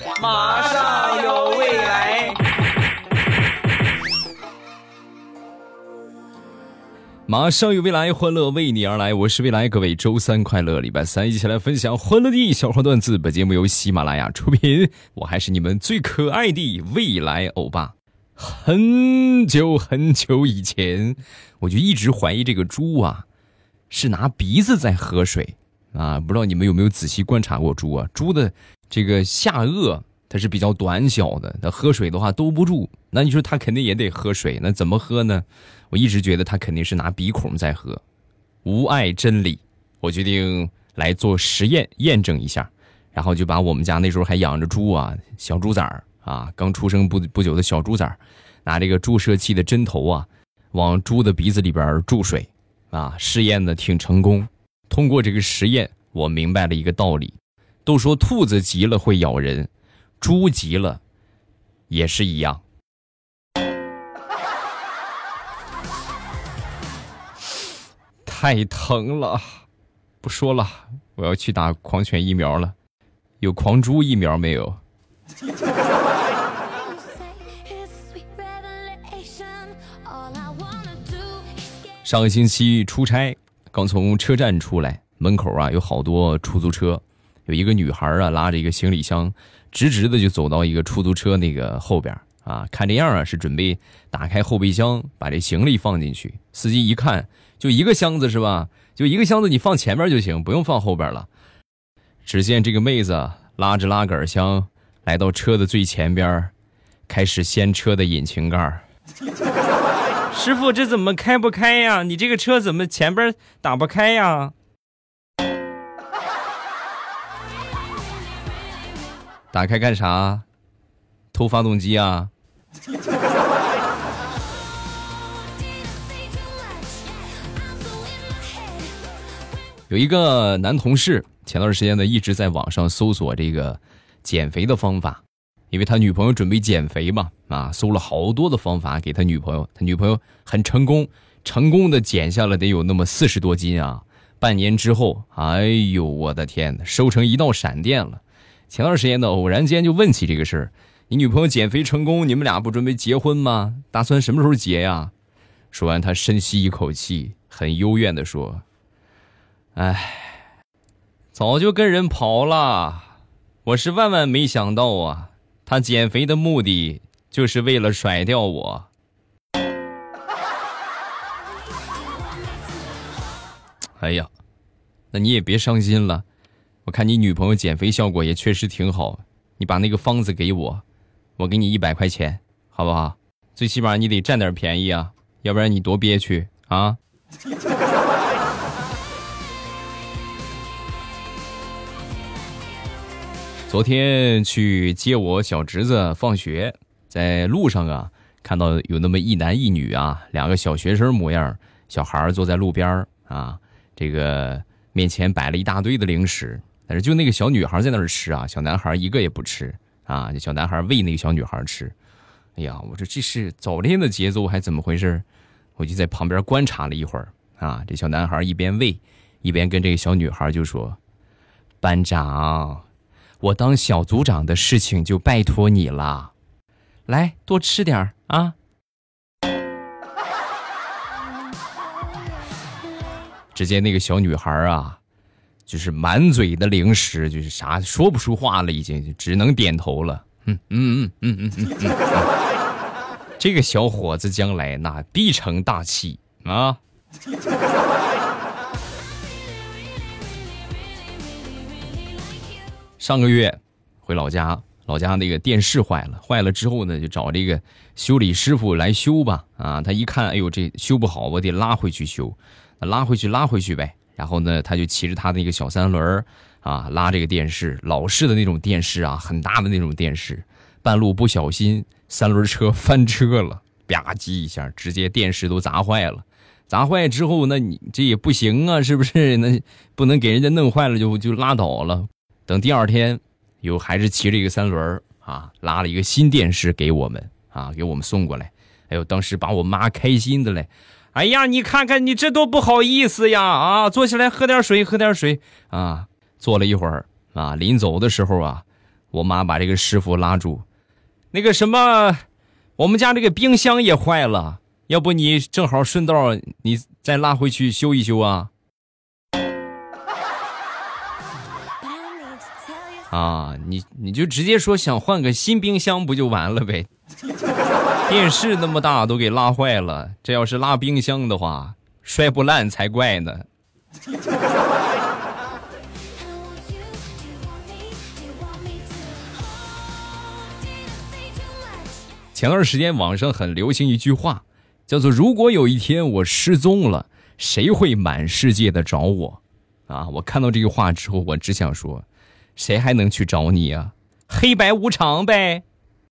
马上有未来。 马上有未来，欢乐为你而来，我是未来，各位周三快乐，礼拜三一起来分享欢乐的小花段子。本节目由喜马拉雅出品，我还是你们最可爱的未来欧巴。很久很久以前，我就一直怀疑这个猪啊是拿鼻子在喝水啊，不知道你们有没有仔细观察过猪啊？猪的这个下颚它是比较短小的，它喝水的话兜不住，那你说它肯定也得喝水，那怎么喝呢？我一直觉得它肯定是拿鼻孔在喝。无碍真理，我决定来做实验验证一下，然后就把我们家那时候还养着猪啊，小猪崽儿啊，刚出生不久的小猪崽儿，拿这个注射器的针头啊，往猪的鼻子里边注水啊，试验的挺成功。通过这个实验，我明白了一个道理，都说兔子急了会咬人，猪急了也是一样。太疼了，不说了，我要去打狂犬疫苗了。有狂猪疫苗没有？上个星期出差，刚从车站出来，门口啊有好多出租车，有一个女孩啊拉着一个行李箱，直的就走到一个出租车那个后边啊，看这样啊是准备打开后备箱把这行李放进去。司机一看，就一个箱子是吧？就一个箱子，你放前面就行，不用放后边了。只见这个妹子拉着拉杆箱来到车的最前边，开始掀车的引擎盖。 师傅，这怎么开不开呀？你这个车怎么前边打不开呀？ 打开干啥？偷发动机啊？有一个男同事前段时间呢一直在网上搜索这个减肥的方法，因为他女朋友准备减肥嘛，啊，搜了好多的方法给他女朋友，他女朋友很成功的减下了得有那么40多斤啊。半年之后，哎呦我的天哪，瘦成一道闪电了。前段时间呢偶然间就问起这个事儿，你女朋友减肥成功，你们俩不准备结婚吗？打算什么时候结呀？说完他深吸一口气，很幽怨地说，哎，早就跟人跑了，我是万万没想到啊，他减肥的目的就是为了甩掉我。哎呀，那你也别伤心了，我看你女朋友减肥效果也确实挺好，你把那个方子给我，我给你100块钱，好不好？最起码你得占点便宜啊，要不然你多憋屈啊。昨天去接我小侄子放学，在路上啊，看到有那么一男一女啊，两个小学生模样，小孩坐在路边啊，这个面前摆了一大堆的零食，但是就那个小女孩在那儿吃啊，小男孩一个也不吃啊，这小男孩喂那个小女孩吃。哎呀，我说这是早恋的节奏还怎么回事？我就在旁边观察了一会儿啊，这小男孩一边喂一边跟这个小女孩就说，班长，我当小组长的事情就拜托你了，来多吃点啊。只见那个小女孩啊，就是满嘴的零食，就是啥说不出话了，已经只能点头了。这个小伙子将来那必成大器啊。上个月回老家那个电视坏了之后呢，就找这个修理师傅来修吧。啊，他一看，哎呦，这修不好，我得拉回去修，拉回去呗。然后呢，他就骑着他那个小三轮啊，拉这个电视，老式的那种电视啊，很大的那种电视。半路不小心，三轮车翻车了，吧唧一下，直接电视都砸坏了。砸坏之后，那你这也不行啊，是不是？那不能给人家弄坏了就拉倒了。等第二天，还是骑着一个三轮啊，拉了一个新电视给我们啊，给我们送过来。哎呦，当时把我妈开心的嘞！哎呀，你看看你这多不好意思呀！啊，坐下来喝点水啊。坐了一会儿啊，临走的时候啊， 我妈把这个师傅拉住，那个什么，我们家这个冰箱也坏了，要不你正好顺道你再拉回去修一修啊？啊，你就直接说想换个新冰箱不就完了呗？电视那么大都给拉坏了，这要是拉冰箱的话，摔不烂才怪呢。前段时间网上很流行一句话，叫做如果有一天我失踪了，谁会满世界的找我？啊，我看到这句话之后，我只想说，谁还能去找你啊？黑白无常呗。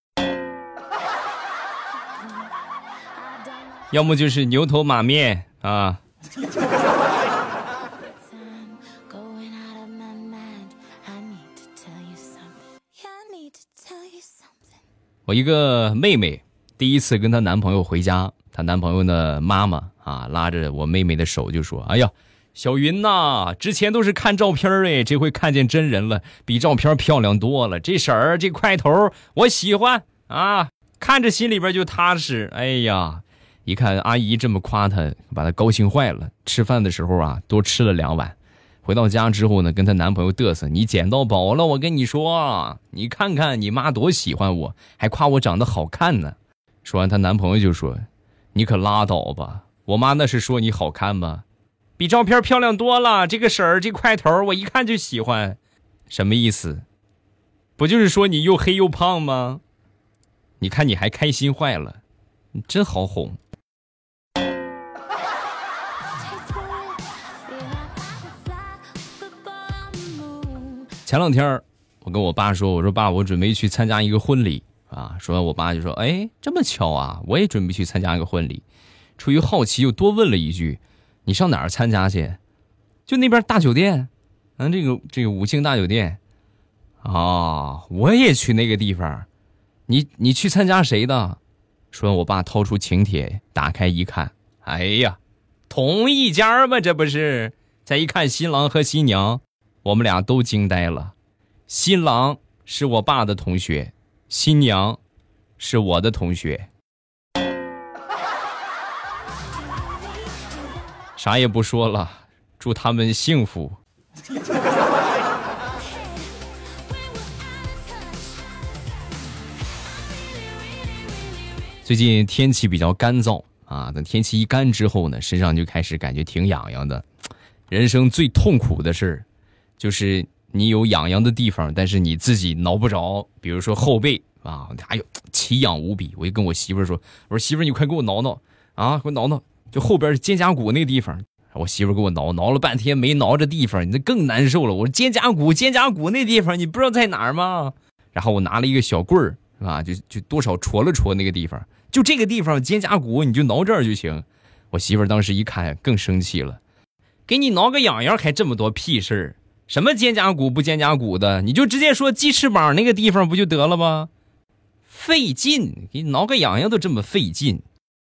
要么就是牛头马面啊。我一个妹妹第一次跟她男朋友回家，她男朋友的妈妈啊拉着我妹妹的手就说：“哎呀，小云呐，之前都是看照片哎，这回看见真人了，比照片漂亮多了。这色儿这块头我喜欢啊，看着心里边就踏实。”哎呀，一看阿姨这么夸她，把她高兴坏了。吃饭的时候啊，多吃了2碗。回到家之后呢，跟她男朋友嘚瑟：“你捡到宝了，我跟你说，你看看你妈多喜欢我，还夸我长得好看呢。”说完，她男朋友就说：“你可拉倒吧，我妈那是说你好看吗？比照片漂亮多了，这个色儿这块头我一看就喜欢。”什么意思？不就是说你又黑又胖吗？你看你还开心坏了，你真好哄。前2天我跟我爸说，我说爸，我准备去参加一个婚礼啊。说完我爸就说：“哎，这么巧啊，我也准备去参加一个婚礼。”出于好奇又多问了一句：“你上哪儿参加去？”就那边大酒店，这个5星大酒店。啊，我也去那个地方。你去参加谁的？说完我爸掏出请帖打开一看，哎呀，同一家吗？这不是？再一看新郎和新娘，我们俩都惊呆了。新郎是我爸的同学，新娘是我的同学。啥也不说了，祝他们幸福。最近天气比较干燥啊，等天气一干之后呢，身上就开始感觉挺痒痒的。人生最痛苦的事就是你有痒痒的地方，但是你自己挠不着，比如说后背啊，哎呦奇痒无比。我就跟我媳妇说，我说媳妇你快给我挠挠啊，给我挠挠，就后边肩胛骨那个地方。我媳妇给我挠了半天没挠着地方，你这更难受了。我说肩胛骨那地方你不知道在哪儿吗？然后我拿了一个小棍儿是吧，就多少戳了戳那个地方，就这个地方肩胛骨你就挠这儿就行。我媳妇当时一看更生气了，给你挠个痒痒还这么多屁事儿，什么肩胛骨不肩胛骨的，你就直接说鸡翅膀那个地方不就得了吗？费劲，给你挠个痒痒都这么费劲。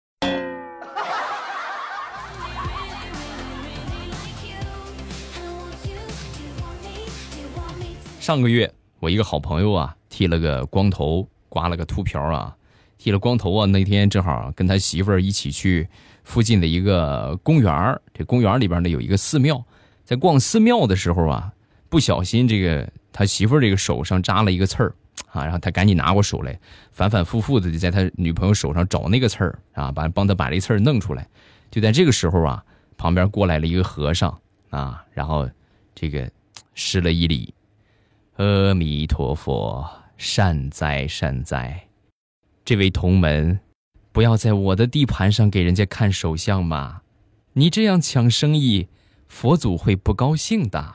上个月我一个好朋友啊，剃了个光头，刮了个秃瓢啊。剃了光头啊，那天正好跟他媳妇儿一起去附近的一个公园，这公园里边呢有一个寺庙，在逛寺庙的时候啊，不小心这个他媳妇儿这个手上扎了一个刺儿啊，然后他赶紧拿过手来，反反复复的就在他女朋友手上找那个刺儿啊，帮他把这刺儿弄出来。就在这个时候啊，旁边过来了一个和尚啊，然后这个施了一礼：“阿弥陀佛，善哉善哉。这位同门，不要在我的地盘上给人家看手相嘛，你这样抢生意，佛祖会不高兴的。”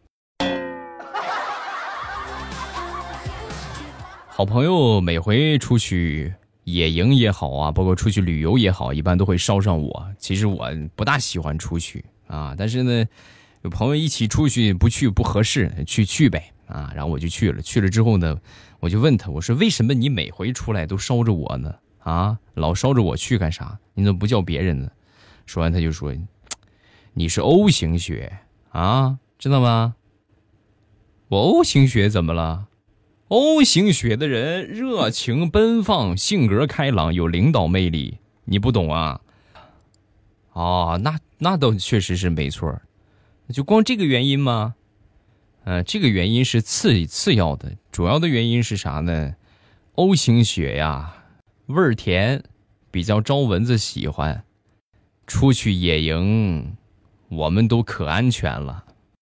好朋友每回出去野营也好啊，包括出去旅游也好，一般都会捎上我。其实我不大喜欢出去啊，但是呢，有朋友一起出去，不去不合适，去呗啊。然后我就去了，去了之后呢，我就问他，我说为什么你每回出来都捎着我呢？啊，老捎着我去干啥？你怎么不叫别人呢？说完他就说，你是 O 型血啊，知道吗？我 O 型血怎么了？ O 型血的人热情奔放，性格开朗，有领导魅力。你不懂啊？哦，那倒确实是没错。就光这个原因吗？这个原因是次要的，主要的原因是啥呢 ？O 型血呀，味儿甜，比较招蚊子喜欢。出去野营，我们都可安全了。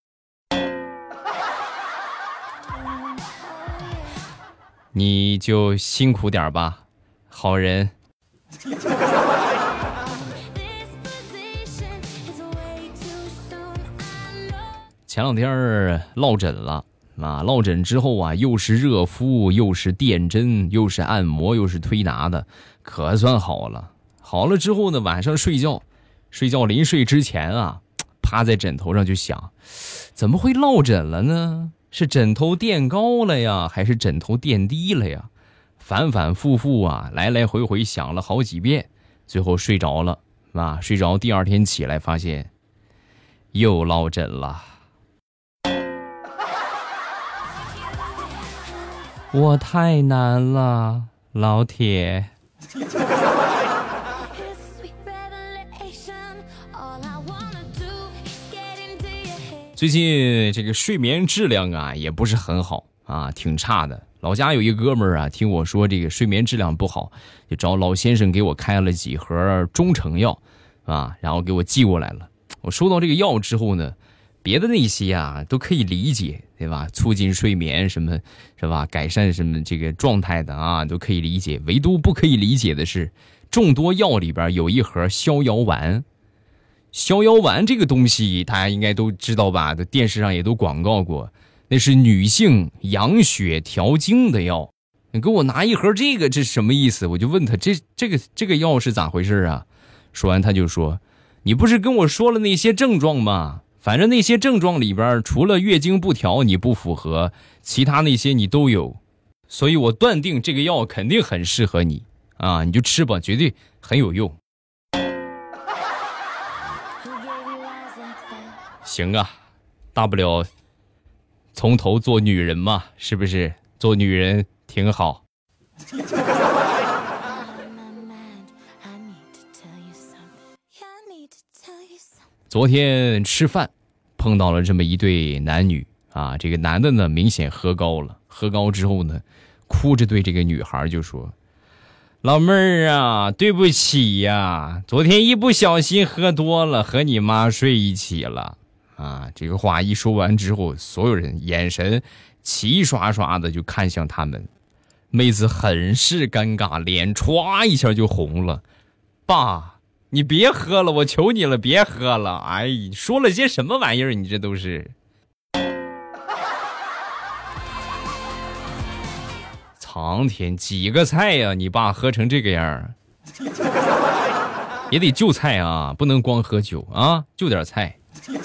你就辛苦点吧，好人。前两天落枕了啊，落枕之后啊，又是热敷，又是电针，又是按摩，又是推拿的，可算好了。好了之后呢，晚上睡觉临睡之前啊，趴在枕头上就想，怎么会落枕了呢？是枕头垫高了呀，还是枕头垫低了呀？反反复复啊，来来回回想了好几遍，最后睡着了啊。睡着第二天起来发现又落枕了。我太难了，老铁。最近这个睡眠质量啊也不是很好啊，挺差的。老家有一哥们儿啊，听我说这个睡眠质量不好，就找老先生给我开了几盒中成药啊，然后给我寄过来了。我收到这个药之后呢，别的那些啊都可以理解，对吧？促进睡眠什么，是吧？改善什么这个状态的啊，都可以理解。唯独不可以理解的是，众多药里边有一盒逍遥丸。逍遥丸这个东西大家应该都知道吧，电视上也都广告过，那是女性养血调经的药。你给我拿一盒这个，这什么意思？我就问他这个药是咋回事啊？说完他就说，你不是跟我说了那些症状吗？反正那些症状里边除了月经不调你不符合，其他那些你都有，所以我断定这个药肯定很适合你啊，你就吃吧，绝对很有用。行啊，大不了从头做女人嘛，是不是？做女人挺好。昨天吃饭碰到了这么一对男女啊，这个男的呢明显喝高了，喝高之后呢，哭着对这个女孩就说：“老妹儿啊，对不起呀，昨天一不小心喝多了，和你妈睡一起了。”啊，这个话一说完之后，所有人眼神齐刷刷的就看向他们，妹子很是尴尬，脸歘一下就红了。爸，你别喝了，我求你了，别喝了。哎，说了些什么玩意儿？你这都是。苍天，几个菜呀，你爸喝成这个样也得就菜啊，不能光喝酒啊，就点菜。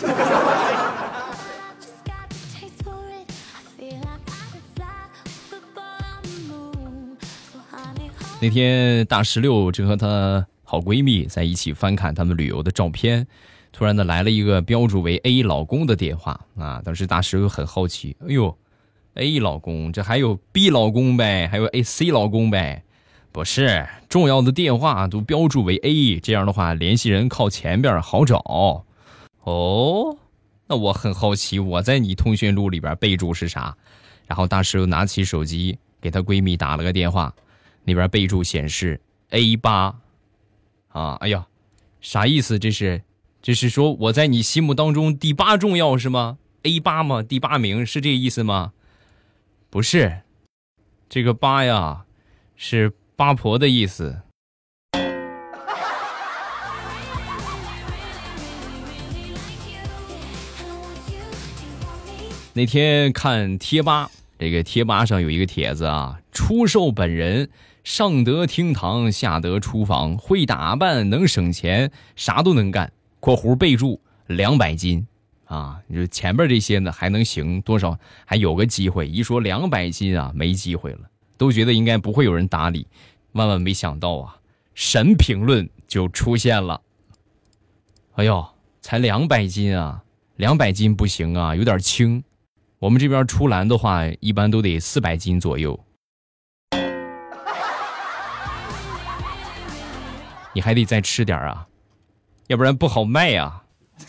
那天大石榴正和她好闺蜜在一起翻看他们旅游的照片，突然呢来了一个标注为 A 老公的电话啊！当时大石榴很好奇，哎呦 ，A 老公，这还有 B 老公呗，还有 C 老公呗？不是，重要的电话都标注为 A， 这样的话联系人靠前边好找。哦，那我很好奇，我在你通讯录里边备注是啥？然后大石榴拿起手机给她闺蜜打了个电话。里边备注显示 A8 啊，哎呀，啥意思？这是说我在你心目当中第8重要是吗？ A8 吗？第8名是这个意思吗？不是，这个8呀是八婆的意思。那天看贴吧，这个贴吧上有一个帖子啊，出售本人上得厅堂，下得厨房，会打扮，能省钱，啥都能干。括弧备注200斤啊，你说前边这些呢还能行多少，还有个机会。一说200斤啊，没机会了，都觉得应该不会有人搭理。万万没想到啊，神评论就出现了。哎呦，才200斤啊，200斤不行啊，有点轻。 我们这边出栏的话，一般都得400斤左右。你还得再吃点啊，要不然不好卖啊。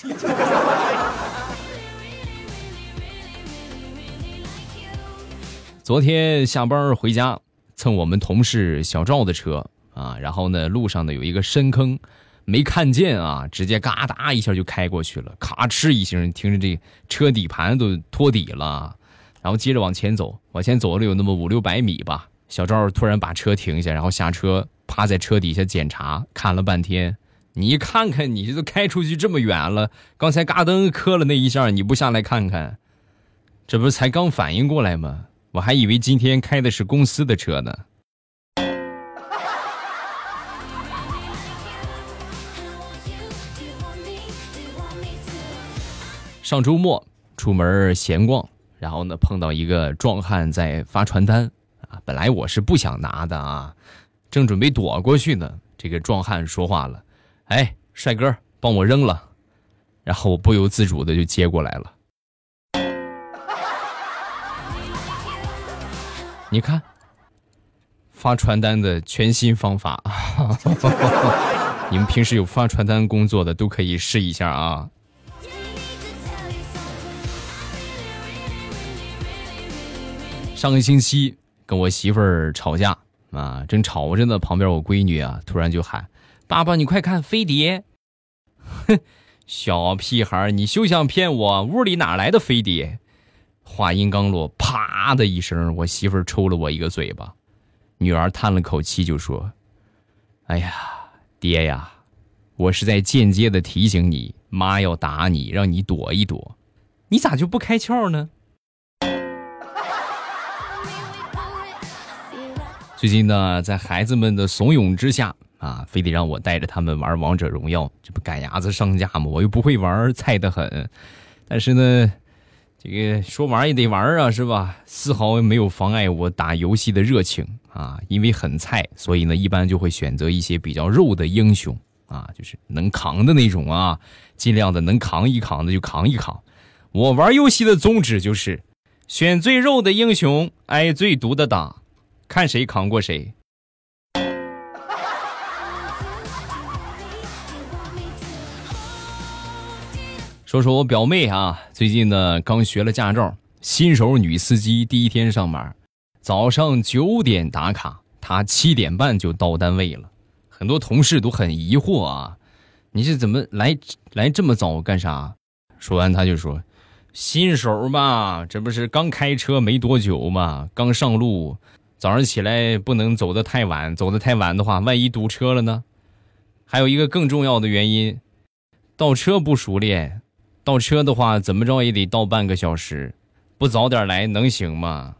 昨天下班回家，蹭我们同事小赵的车啊，然后呢，路上呢有一个深坑，没看见啊，直接嘎哒一下就开过去了，咔哧一声，听着这车底盘都脱底了，然后接着往前走了有那么500-600米吧。小赵突然把车停下，然后下车趴在车底下检查，看了半天。你看看你这都开出去这么远了，刚才嘎噔磕了那一下，你不下来看看？这不是才刚反应过来吗？我还以为今天开的是公司的车呢。上周末出门闲逛，然后呢碰到一个壮汉在发传单啊，本来我是不想拿的啊，正准备躲过去呢，这个壮汉说话了：“哎，帅哥，帮我扔了。”然后我不由自主的就接过来了。你看，发传单的全新方法，你们平时有发传单工作的都可以试一下啊。上个星期跟我媳妇儿吵架啊，正吵着呢，旁边我闺女啊突然就喊：“爸爸，你快看飞碟！”哼，小屁孩，你休想骗我，屋里哪来的飞碟？话音刚落，啪的一声，我媳妇儿抽了我一个嘴巴。女儿叹了口气就说：“哎呀，爹呀，我是在间接的提醒你，妈要打你，让你躲一躲。你咋就不开窍呢？”最近呢，在孩子们的怂恿之下啊，非得让我带着他们玩王者荣耀，这不赶鸭子上架吗？我又不会玩，菜得很。但是呢，这个说玩也得玩啊，是吧？丝毫没有妨碍我打游戏的热情啊。因为很菜，所以呢，一般就会选择一些比较肉的英雄啊，就是能扛的那种啊，尽量的能扛一扛的就扛一扛。我玩游戏的宗旨就是选最肉的英雄，挨最毒的打，看谁扛过谁。说说我表妹啊，最近呢刚学了驾照，新手女司机，第一天上班，早上9点打卡，她7点半就到单位了。很多同事都很疑惑啊，你是怎么来这么早干啥？说完他就说，新手嘛，这不是刚开车没多久嘛，刚上路，早上起来不能走得太晚，走得太晚的话，万一堵车了呢？还有一个更重要的原因，倒车不熟练。倒车的话怎么着也得倒半个小时，不早点来能行吗？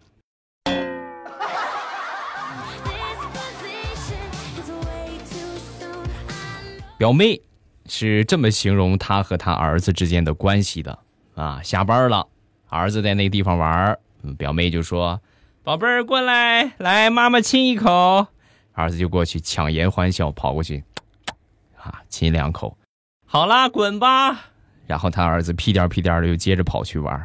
表妹是这么形容她和她儿子之间的关系的啊，下班了，儿子在那地方玩，表妹就说：“宝贝儿过来，来妈妈亲一口。”儿子就过去强颜欢笑，跑过去啊亲2口。好啦，滚吧。然后他儿子屁颠屁颠的又接着跑去玩。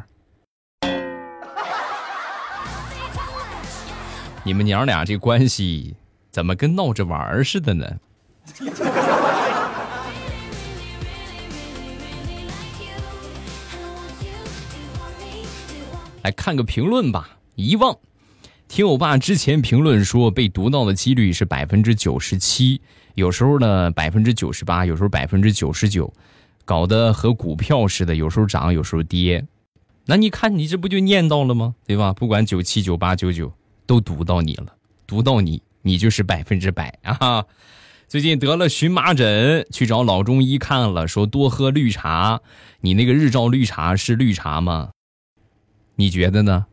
你们娘俩这关系怎么跟闹着玩似的呢？来看个评论吧。遗忘听我爸之前评论说被毒到的几率是97%，有时候呢98%，有时候99%，搞得和股票似的，有时候涨有时候跌。那你看你这不就念叨了吗？对吧？不管97、98、99都毒到你了，毒到你就是100%啊！最近得了荨麻疹，去找老中医看了，说多喝绿茶。你那个日照绿茶是绿茶吗？你觉得呢？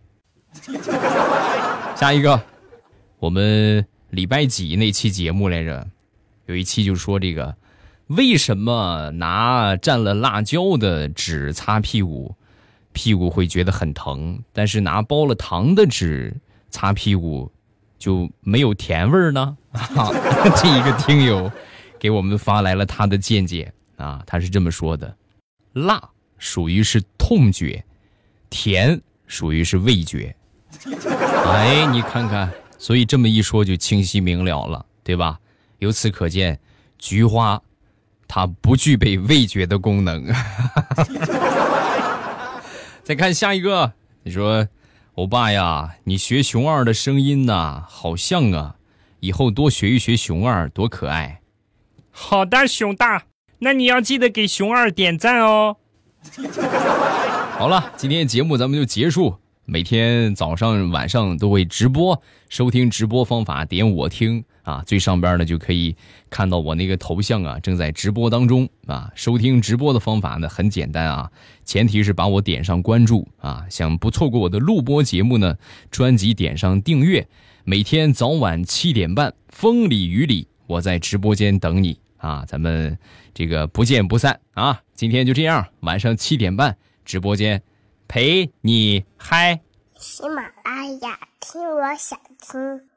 下一个，我们礼拜几那期节目来着？有一期就说这个，为什么拿蘸了辣椒的纸擦屁股，屁股会觉得很疼，但是拿包了糖的纸擦屁股就没有甜味呢？这一个听友给我们发来了他的见解啊，他是这么说的：辣属于是痛觉，甜属于是味觉。哎，你看看，所以这么一说就清晰明了了，对吧？由此可见，菊花它不具备味觉的功能。再看下一个，你说欧巴呀，你学熊二的声音呐，好像啊，以后多学一学熊二，多可爱。 好的，熊大，那你要记得给熊二点赞哦。 好了，今天节目咱们就结束。每天早上晚上都会直播，收听直播方法点我听啊，最上边呢就可以看到我那个头像啊，正在直播当中啊。收听直播的方法呢很简单啊，前提是把我点上关注啊，想不错过我的录播节目呢，专辑点上订阅，每天早晚7点半，风里雨里，我在直播间等你啊，咱们这个不见不散啊！今天就这样，晚上7点半直播间陪你嗨。 喜马拉雅，听我想听。